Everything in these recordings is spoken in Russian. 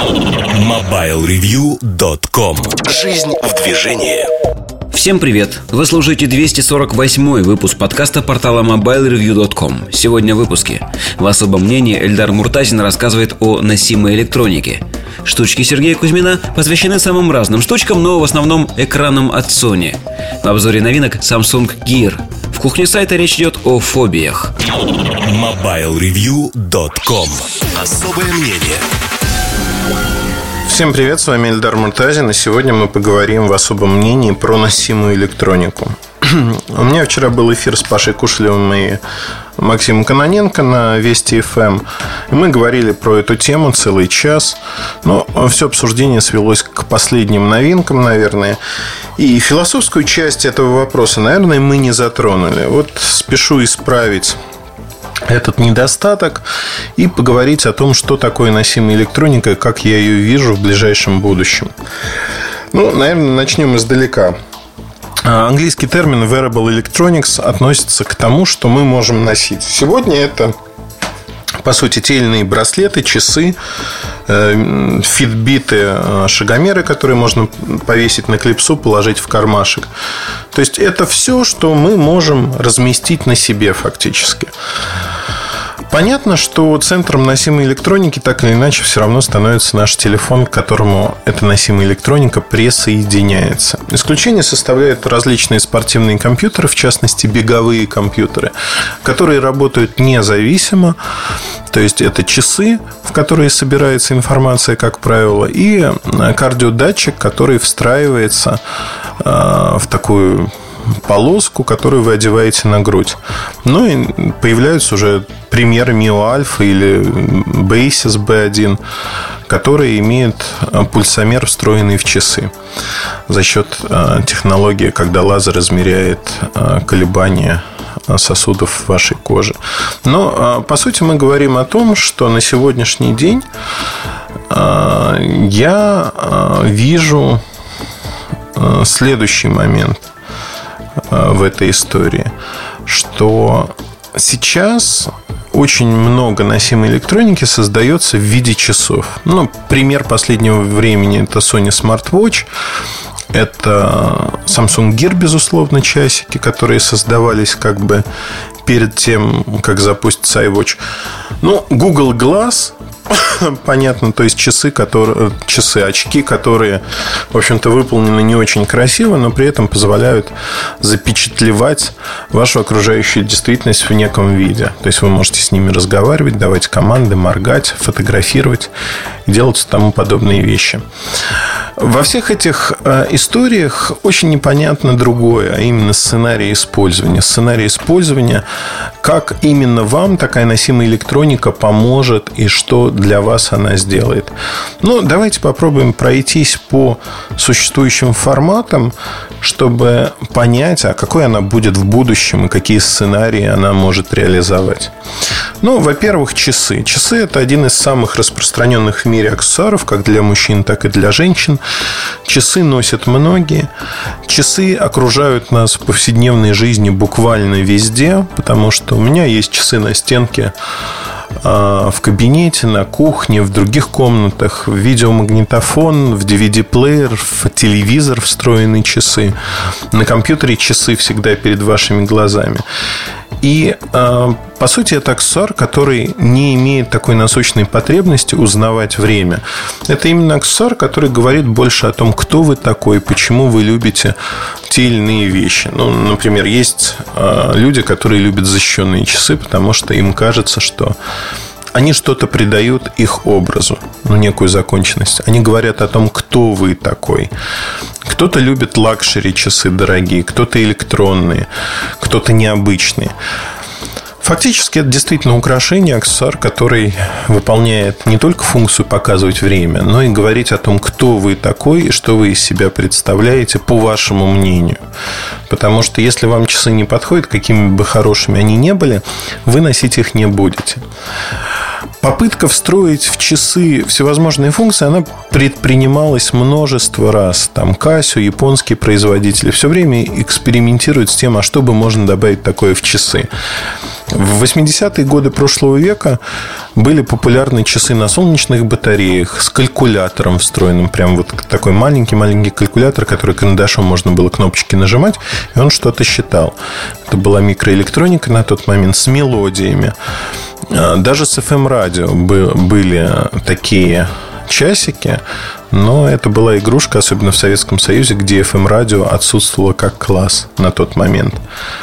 MobileReview.com. Жизнь в движении. Всем привет! Вы слушаете 248-й выпуск подкаста портала MobileReview.com. Сегодня в выпуске. В особом мнении Эльдар Муртазин рассказывает о носимой электронике. Штучки Сергея Кузьмина посвящены самым разным штучкам, но в основном экранам от Sony. В обзоре новинок Samsung Gear. В кухне сайта речь идет о фобиях. MobileReview.com. Особое мнение. Всем привет, с вами Эльдар Муртазин, и сегодня мы поговорим в особом мнении про носимую электронику. У меня вчера был эфир с Пашей Кушелевым и Максимом Кононенко на Вести ФМ. И мы говорили про эту тему целый час. Но все обсуждение свелось к последним новинкам, наверное. И философскую часть этого вопроса, наверное, мы не затронули. Вот спешу исправить этот недостаток и поговорить о том, что такое носимая электроника и как я ее вижу в ближайшем будущем. Наверное, начнем издалека. Английский термин wearable electronics относится к тому, что мы можем носить. Сегодня это, по сути, те или иные браслеты, часы, фитбиты, шагомеры, которые можно повесить на клипсу, положить в кармашек. То есть это все, что мы можем разместить на себе фактически. Понятно, что центром носимой электроники так или иначе все равно становится наш телефон, к которому эта носимая электроника присоединяется. Исключение составляют различные спортивные компьютеры, в частности беговые компьютеры, которые работают независимо. То есть это часы, в которые собирается информация, как правило, и кардиодатчик, который встраивается в такую полоску, которую вы одеваете на грудь. И появляются уже примеры Mio Alpha или Basis B1, которые имеют пульсомер, встроенный в часы за счет технологии, когда лазер измеряет колебания сосудов вашей кожи. Но, по сути, мы говорим о том, что на сегодняшний день я вижу следующий момент в этой истории, что сейчас очень много носимой электроники создается в виде часов. Пример последнего времени – это Sony Smartwatch. Это Samsung Gear, безусловно, часики, которые создавались как бы перед тем, как запустится iWatch. Google Glass, понятно, то есть очки, которые, в общем-то, выполнены не очень красиво, но при этом позволяют запечатлевать вашу окружающую действительность в неком виде. То есть вы можете с ними разговаривать, давать команды, моргать, фотографировать и делать тому подобные вещи. Во всех этих историях очень непонятно другое, а именно сценарий использования. Сценарий использования, как именно вам такая носимая электроника поможет и что для вас она сделает. Давайте попробуем пройтись по существующим форматам, чтобы понять, а какой она будет в будущем и какие сценарии она может реализовать. Во-первых, часы. Часы – это один из самых распространенных в мире аксессуаров, как для мужчин, так и для женщин. Часы носят многие. Часы окружают нас в повседневной жизни буквально везде, потому что у меня есть часы на стенке в кабинете, на кухне, в других комнатах, в видеомагнитофон, в DVD-плеер, в телевизор встроенные часы. На компьютере часы всегда перед вашими глазами. И, по сути, это аксессуар, который не имеет такой насущной потребности узнавать время. Это именно аксессуар, который говорит больше о том, кто вы такой, почему вы любите те или иные вещи. Например, есть люди, которые любят защищенные часы, потому что им кажется, что они что-то придают их образу, некую законченность. Они говорят о том, кто вы такой. Кто-то любит лакшери часы дорогие, кто-то электронные, кто-то необычные. Фактически это действительно украшение, аксессуар, который выполняет не только функцию показывать время, но и говорить о том, кто вы такой и что вы из себя представляете, по вашему мнению. Потому что если вам часы не подходят, какими бы хорошими они ни были, вы носить их не будете. Попытка встроить в часы всевозможные функции, она предпринималась множество раз. Там Casio, японские производители все время экспериментируют с тем, а что бы можно добавить такое в часы. В 80-е годы прошлого века были популярны часы на солнечных батареях с калькулятором встроенным. Прям вот такой маленький-маленький калькулятор, который карандашом можно было кнопочки нажимать, и он что-то считал. Это была микроэлектроника на тот момент с мелодиями. Даже с FM-радио были такие часики, но это была игрушка, особенно в Советском Союзе, где FM-радио отсутствовало как класс на тот момент.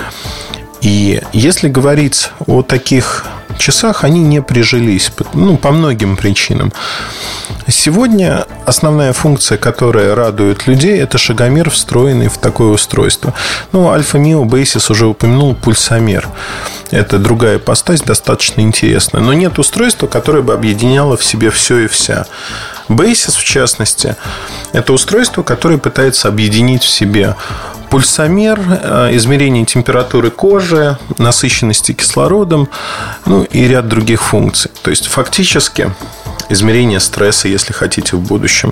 И если говорить о таких часах, они не прижились, по многим причинам. Сегодня основная функция, которая радует людей, это шагомер, встроенный в такое устройство. Альфа Мио Бейсис уже упомянул пульсомер. Это другая ипостась, достаточно интересная. Но нет устройства, которое бы объединяло в себе все и вся. Бейсис, в частности, это устройство, которое пытается объединить в себе пульсомер, измерение температуры кожи, насыщенности кислородом, и ряд других функций. То есть, фактически, измерение стресса, если хотите, в будущем.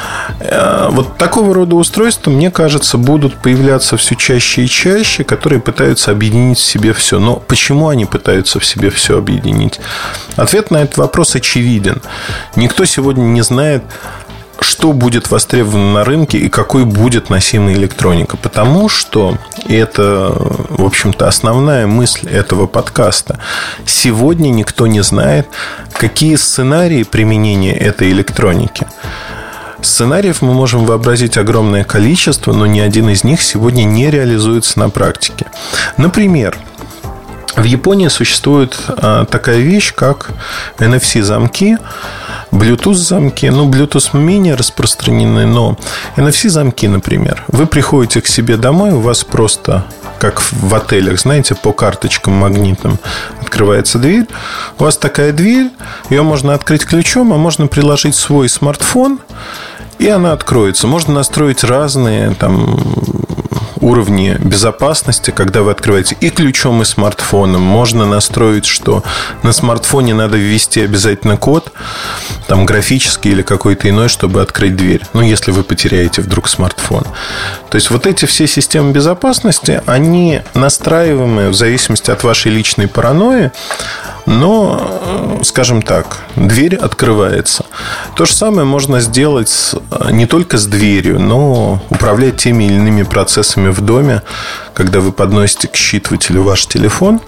Вот такого рода устройства, мне кажется, будут появляться все чаще и чаще, которые пытаются объединить в себе все. Но почему они пытаются в себе все объединить? Ответ на этот вопрос очевиден. Никто сегодня не знает, что будет востребовано на рынке и какой будет носимая электроника. Потому что это, в общем-то, основная мысль этого подкаста. Сегодня никто не знает, какие сценарии применения этой электроники. Сценариев мы можем вообразить огромное количество, но ни один из них сегодня не реализуется на практике. Например, в Японии существует такая вещь, как NFC-замки, Bluetooth-замки. Bluetooth менее распространены, но NFC-замки, например. Вы приходите к себе домой, у вас просто, как в отелях, знаете, по карточкам магнитным открывается дверь. У вас такая дверь, ее можно открыть ключом, а можно приложить свой смартфон, и она откроется. Можно настроить разные уровни безопасности, когда вы открываете и ключом, и смартфоном. Можно настроить, что на смартфоне надо ввести обязательно код, графический или какой-то иной, чтобы открыть дверь. Если вы потеряете вдруг смартфон. То есть вот эти все системы безопасности, они настраиваемы в зависимости от вашей личной паранойи. Но, скажем так, дверь открывается. То же самое можно сделать не только с дверью, но управлять теми или иными процессами в доме, когда вы подносите к считывателю ваш телефон.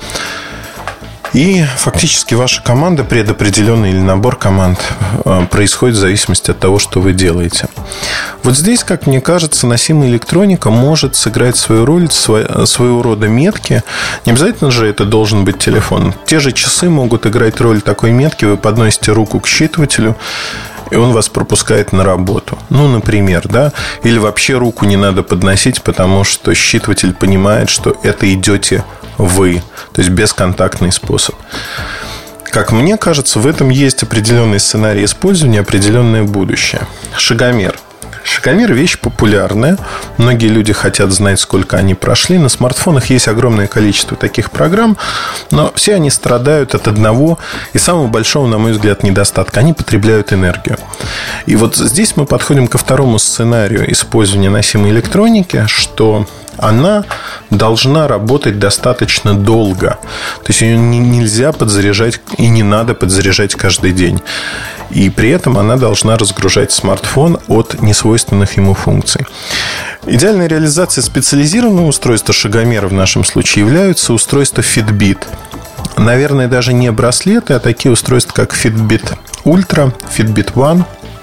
И фактически ваша команда, предопределенный или набор команд, происходит в зависимости от того, что вы делаете. Вот здесь, как мне кажется, носимая электроника может сыграть свою роль, своего рода метки. Не обязательно же это должен быть телефон. Те же часы могут играть роль такой метки. Вы подносите руку к считывателю, и он вас пропускает на работу. Например, да? Или вообще руку не надо подносить, потому что считыватель понимает, что это идете вы. То есть бесконтактный способ. Как мне кажется, в этом есть определенный сценарий использования, определенное будущее. Шагомер. Шагомер – вещь популярная. Многие люди хотят знать, сколько они прошли. На смартфонах есть огромное количество таких программ, но все они страдают от одного и самого большого, на мой взгляд, недостатка. Они потребляют энергию. И вот здесь мы подходим ко второму сценарию использования носимой электроники, что она должна работать достаточно долго. То есть ее нельзя подзаряжать и не надо подзаряжать каждый день. И при этом она должна разгружать смартфон от несвойственных ему функций. Идеальной реализацией специализированного устройства шагомера в нашем случае являются устройства Fitbit. Наверное, даже не браслеты, а такие устройства, как Fitbit Ultra, Fitbit One,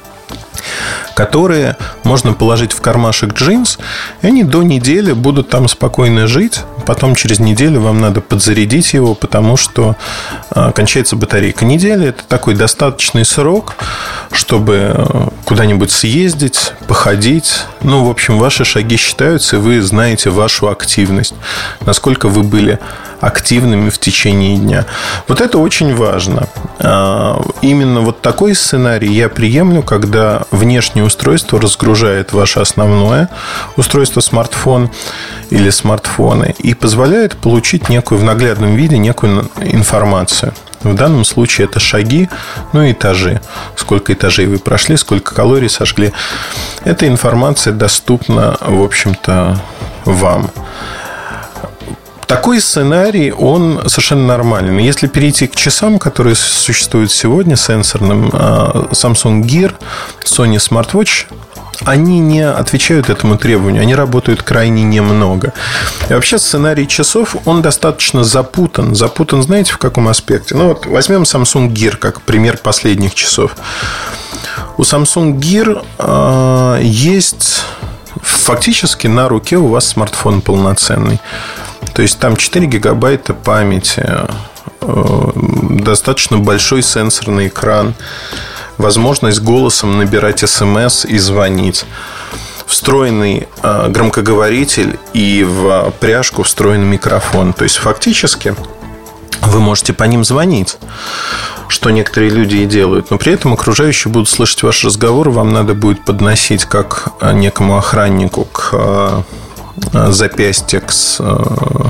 которые можно положить в кармашек джинс, и они до недели будут там спокойно жить. Потом через неделю вам надо подзарядить его, потому что кончается батарейка. Неделя – это такой достаточный срок, чтобы куда-нибудь съездить, походить. В общем, ваши шаги считаются, и вы знаете вашу активность, насколько вы были активными в течение дня. Вот это очень важно. Именно вот такой сценарий я приемлю, когда внешнее устройство разгружает ваше основное устройство, смартфон или смартфоны, и позволяет получить некую в наглядном виде некую информацию. В данном случае это шаги, и этажи. Сколько этажей вы прошли, сколько калорий сожгли. Эта информация доступна, в общем-то, вам. Такой сценарий, он совершенно нормальный. Если перейти к часам, которые существуют сегодня, сенсорным, Samsung Gear, Sony Smartwatch, они не отвечают этому требованию. Они работают крайне немного. И вообще сценарий часов, он достаточно запутан. Запутан, знаете, в каком аспекте? Ну вот возьмем Samsung Gear как пример последних часов. У Samsung Gear есть фактически на руке у вас смартфон полноценный. То есть там 4 гигабайта памяти, достаточно большой сенсорный экран, возможность голосом набирать смс и звонить, встроенный громкоговоритель и в пряжку встроенный микрофон. То есть фактически вы можете по ним звонить, что некоторые люди и делают. Но при этом окружающие будут слышать ваш разговор. Вам надо будет подносить как некому охраннику к запястье к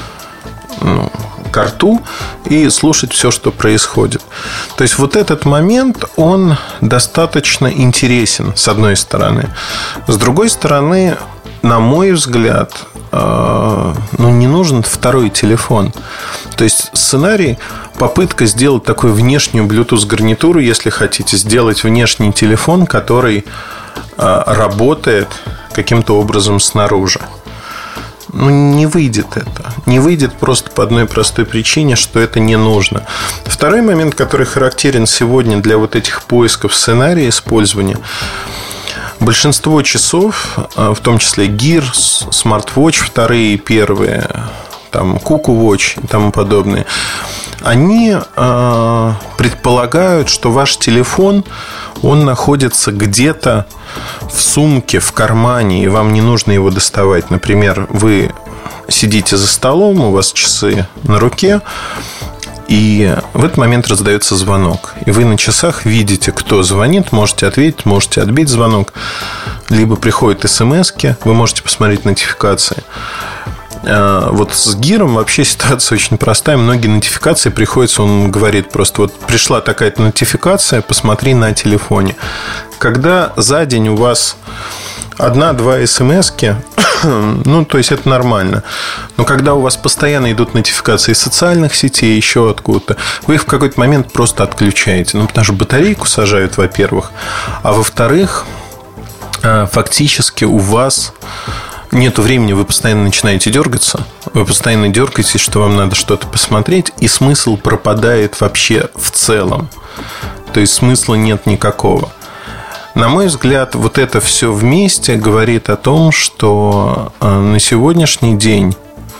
рту и слушать все, что происходит. То есть вот этот момент, он достаточно интересен, с одной стороны. С другой стороны, на мой взгляд, не нужен второй телефон. То есть сценарий, попытка сделать такую внешнюю Bluetooth гарнитуру, если хотите, сделать внешний телефон, который работает каким-то образом снаружи. Не выйдет это. Не выйдет просто по одной простой причине, что это не нужно. Второй момент, который характерен сегодня для вот этих поисков сценария использования. Большинство часов, в том числе Gear, Smartwatch, вторые и первые, там Cuckoo Watch и тому подобное, они предполагают, что ваш телефон, он находится где-то в сумке, в кармане, и вам не нужно его доставать. Например, вы сидите за столом, у вас часы на руке, и в этот момент раздается звонок. И вы на часах видите, кто звонит, можете ответить, можете отбить звонок. Либо приходят смс-ки, вы можете посмотреть нотификации. Вот с Гиром вообще ситуация очень простая. Многие нотификации приходится, он говорит просто: вот пришла такая-то нотификация, посмотри на телефоне. Когда за день у вас 1-2 смс-ки, то есть это нормально. Но когда у вас постоянно идут нотификации из социальных сетей, еще откуда-то, вы их в какой-то момент просто отключаете. Потому что батарейку сажают, во-первых. А во-вторых, фактически у вас нету времени, вы постоянно начинаете дергаться. Вы постоянно дергаетесь, что вам надо что-то посмотреть, и смысл пропадает вообще в целом. То есть смысла нет никакого. На мой взгляд, вот это все вместе говорит о том, что на сегодняшний день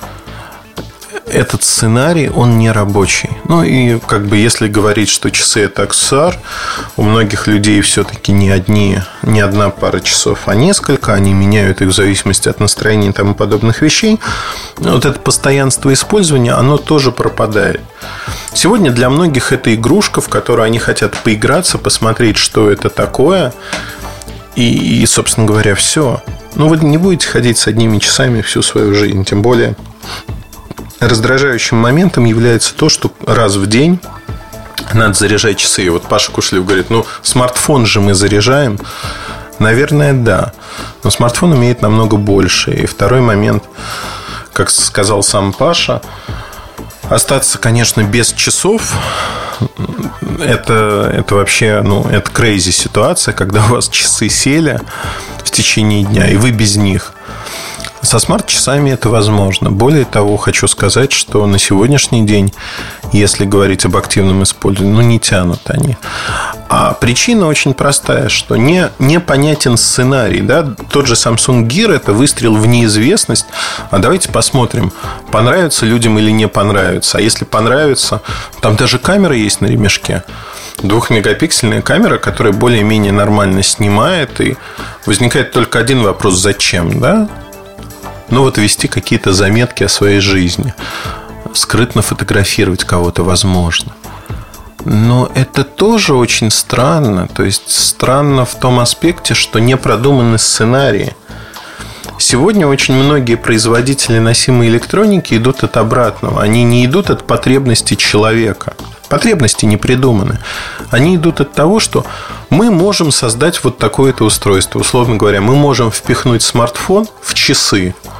этот сценарий, он не рабочий. И если говорить, что часы – это аксессуар, у многих людей все-таки не одна пара часов, а несколько. Они меняют их в зависимости от настроения и тому подобных вещей. Вот это постоянство использования, оно тоже пропадает. Сегодня для многих это игрушка, в которую они хотят поиграться, посмотреть, что это такое. И собственно говоря, все. Вы не будете ходить с одними часами всю свою жизнь. Тем более раздражающим моментом является то, что раз в день надо заряжать часы. И вот Паша Кушлев говорит: смартфон же мы заряжаем. Наверное, да. Но смартфон умеет намного больше. И второй момент, как сказал сам Паша, остаться, конечно, без часов – это вообще, это crazy ситуация, когда у вас часы сели в течение дня, и вы без них. Со смарт-часами это возможно. Более того, хочу сказать, что на сегодняшний день, если говорить об активном использовании, не тянут они. А причина очень простая, что непонятен сценарий. Тот же Samsung Gear – это выстрел в неизвестность. А давайте посмотрим, понравится людям или не понравится. А если понравится, там даже камера есть на ремешке. 2-мегапиксельная камера, которая более-менее нормально снимает. И возникает только один вопрос: зачем, да? Вести какие-то заметки о своей жизни, скрытно фотографировать кого-то возможно. Но это тоже очень странно. То есть странно в том аспекте, что не продуманы сценарии. Сегодня очень многие производители носимой электроники идут от обратного. Они не идут от потребностей человека. Потребности не придуманы. Они идут от того, что мы можем создать вот такое-то устройство. Условно говоря, мы можем впихнуть смартфон в часы.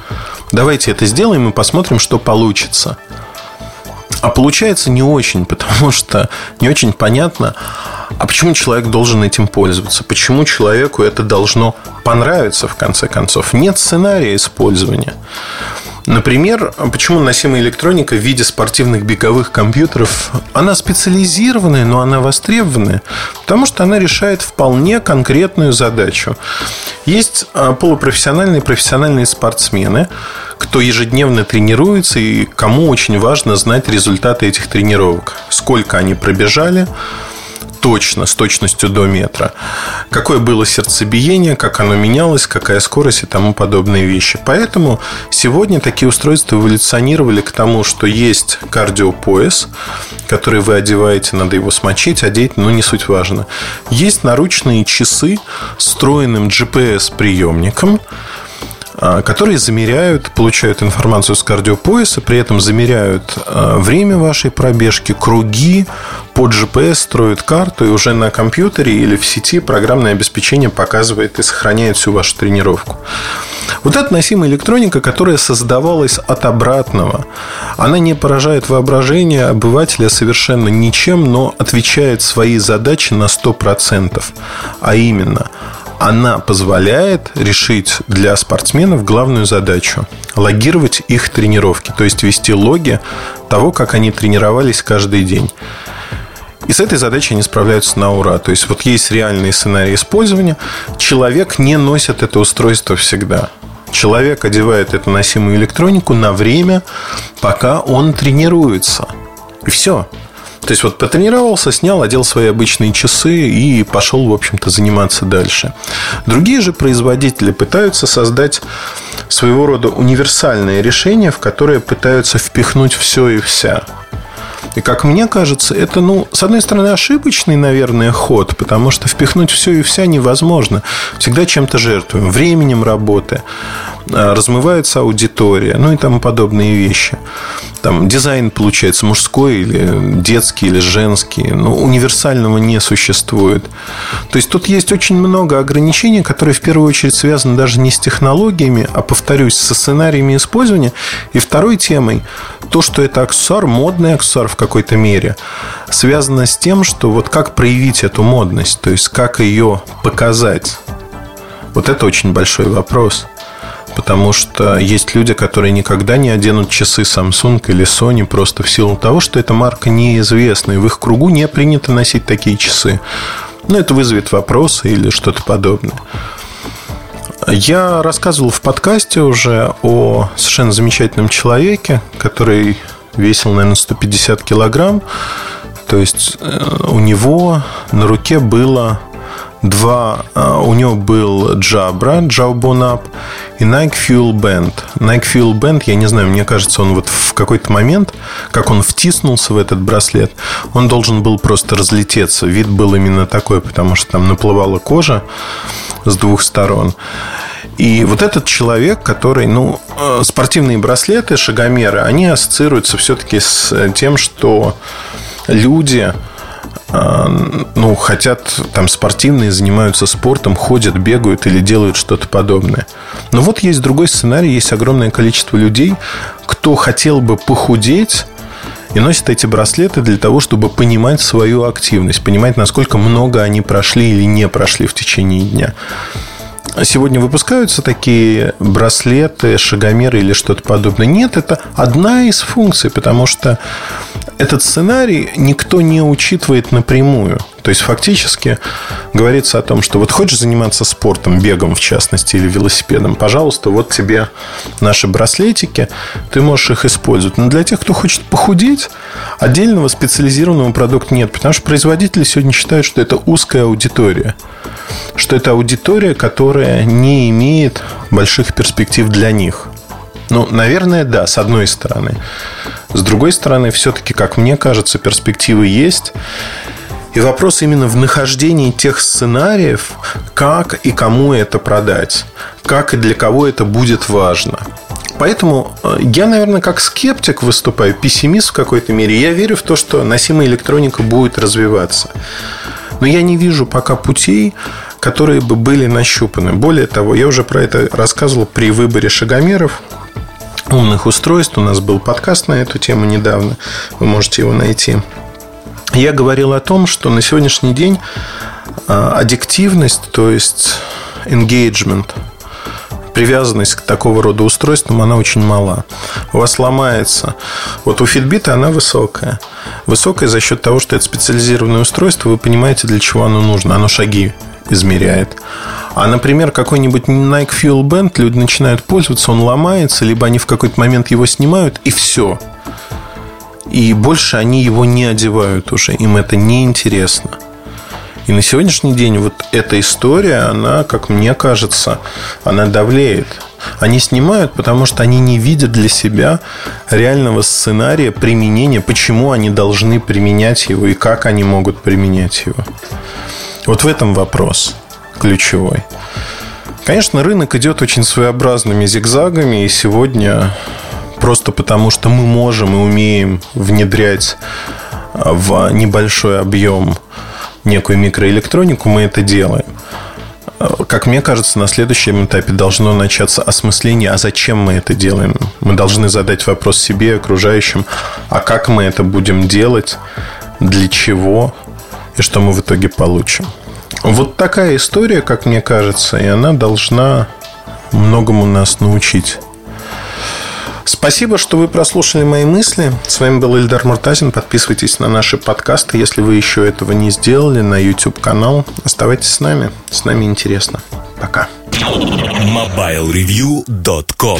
давайте это сделаем и посмотрим, что получится. А получается не очень, потому что не очень понятно, а почему человек должен этим пользоваться, почему человеку это должно понравиться в конце концов. Нет сценария использования. Например, почему носимая электроника в виде спортивных беговых компьютеров, она специализированная, но она востребованная, потому что она решает вполне конкретную задачу. Есть полупрофессиональные и профессиональные спортсмены, кто ежедневно тренируется и кому очень важно знать результаты этих тренировок. Сколько они пробежали, точно, с точностью до метра. Какое было сердцебиение, как оно менялось, какая скорость и тому подобные вещи. Поэтому сегодня такие устройства эволюционировали к тому, что есть кардиопояс, который вы одеваете, надо его смочить, одеть, но не суть важно. Есть наручные часы с встроенным GPS-приемником, которые замеряют, получают информацию с кардиопояса, при этом замеряют время вашей пробежки, круги, под GPS строят карту, и уже на компьютере или в сети программное обеспечение показывает и сохраняет всю вашу тренировку. Вот эта носимая электроника, которая создавалась от обратного, она не поражает воображение обывателя совершенно ничем, но отвечает свои задачи на 100%. А именно, она позволяет решить для спортсменов главную задачу – логировать их тренировки, то есть вести логи того, как они тренировались каждый день. И с этой задачей они справляются на ура. То есть вот есть реальный сценарий использования. Человек не носит это устройство всегда. Человек одевает эту носимую электронику на время, пока он тренируется. И все. То есть вот потренировался, снял, одел свои обычные часы и пошел, в общем-то, заниматься дальше. Другие же производители пытаются создать своего рода универсальное решение, в которое пытаются впихнуть все и вся. И, как мне кажется, это, с одной стороны, ошибочный, наверное, ход, потому что впихнуть все и вся невозможно. Всегда чем-то жертвуем. Временем работы, размывается аудитория, и тому подобные вещи. Там дизайн получается мужской или детский, или женский. Универсального не существует. То есть тут есть очень много ограничений, которые в первую очередь связаны даже не с технологиями, а, повторюсь, со сценариями использования. И второй темой, то, что это аксессуар, модный аксессуар в какой-то мере, связано с тем, что вот как проявить эту модность, то есть как ее показать. Вот это очень большой вопрос. Потому что есть люди, которые никогда не оденут часы Samsung или Sony просто в силу того, что эта марка неизвестна, и в их кругу не принято носить такие часы. Это вызовет вопросы или что-то подобное. Я рассказывал в подкасте уже о совершенно замечательном человеке, который весил, наверное, 150 килограмм. То есть у него на руке было у него был Jabra, Jawbone Up и Nike Fuel Band. Nike Fuel Band, я не знаю, мне кажется, он вот в какой-то момент, как он втиснулся в этот браслет, он должен был просто разлететься. Вид был именно такой, потому что там наплывала кожа с двух сторон. И вот этот человек, который, спортивные браслеты, шагомеры, они ассоциируются все-таки с тем, что люди хотят там спортивные, занимаются спортом, ходят, бегают или делают что-то подобное. Но вот есть другой сценарий. Есть огромное количество людей, кто хотел бы похудеть и носит эти браслеты для того, чтобы понимать свою активность, понимать, насколько много они прошли или не прошли в течение дня. Сегодня выпускаются такие браслеты, шагомеры или что-то подобное. Нет, это одна из функций, потому что этот сценарий никто не учитывает напрямую. То есть фактически говорится о том, что вот хочешь заниматься спортом, бегом в частности, или велосипедом, пожалуйста, вот тебе наши браслетики, ты можешь их использовать. Но для тех, кто хочет похудеть, отдельного специализированного продукта нет, потому что производители сегодня считают, что это узкая аудитория, что это аудитория, которая не имеет больших перспектив для них. Наверное, да, с одной стороны. С другой стороны, все-таки, как мне кажется, перспективы есть. И вопрос именно в нахождении тех сценариев, как и кому это продать, как и для кого это будет важно. Поэтому я, наверное, как скептик выступаю, пессимист в какой-то мере. Я верю в то, что носимая электроника будет развиваться. Но я не вижу пока путей, которые бы были нащупаны. Более того, я уже про это рассказывал при выборе шагомеров. умных устройств. У нас был подкаст на эту тему недавно. Вы можете его найти. Я говорил о том, что на сегодняшний день аддиктивность, то есть engagement, привязанность к такого рода устройствам, она очень мала. У вас ломается. Вот у Fitbit она высокая. Высокая за счет того, что это специализированное устройство. Вы понимаете, для чего оно нужно. Оно шаги измеряет. А, например, какой-нибудь Nike Fuel Band люди начинают пользоваться, он ломается, либо они в какой-то момент его снимают, и все. И больше они его не одевают уже. Им это неинтересно. И на сегодняшний день вот эта история, она, как мне кажется, она давлеет. Они снимают, потому что они не видят для себя реального сценария применения, почему они должны применять его и как они могут применять его. Вот в этом вопрос ключевой. Конечно, рынок идет очень своеобразными зигзагами, и сегодня просто потому, что мы можем и умеем внедрять в небольшой объем некую микроэлектронику, мы это делаем. Как мне кажется, на следующем этапе должно начаться осмысление, а зачем мы это делаем. Мы должны задать вопрос себе и окружающим, а как мы это будем делать, для чего и что мы в итоге получим. Вот такая история, как мне кажется, и она должна многому нас научить. Спасибо, что вы прослушали мои мысли. С вами был Эльдар Муртазин. Подписывайтесь на наши подкасты, если вы еще этого не сделали, на YouTube-канал. Оставайтесь с нами. С нами интересно. Пока. MobileReview.com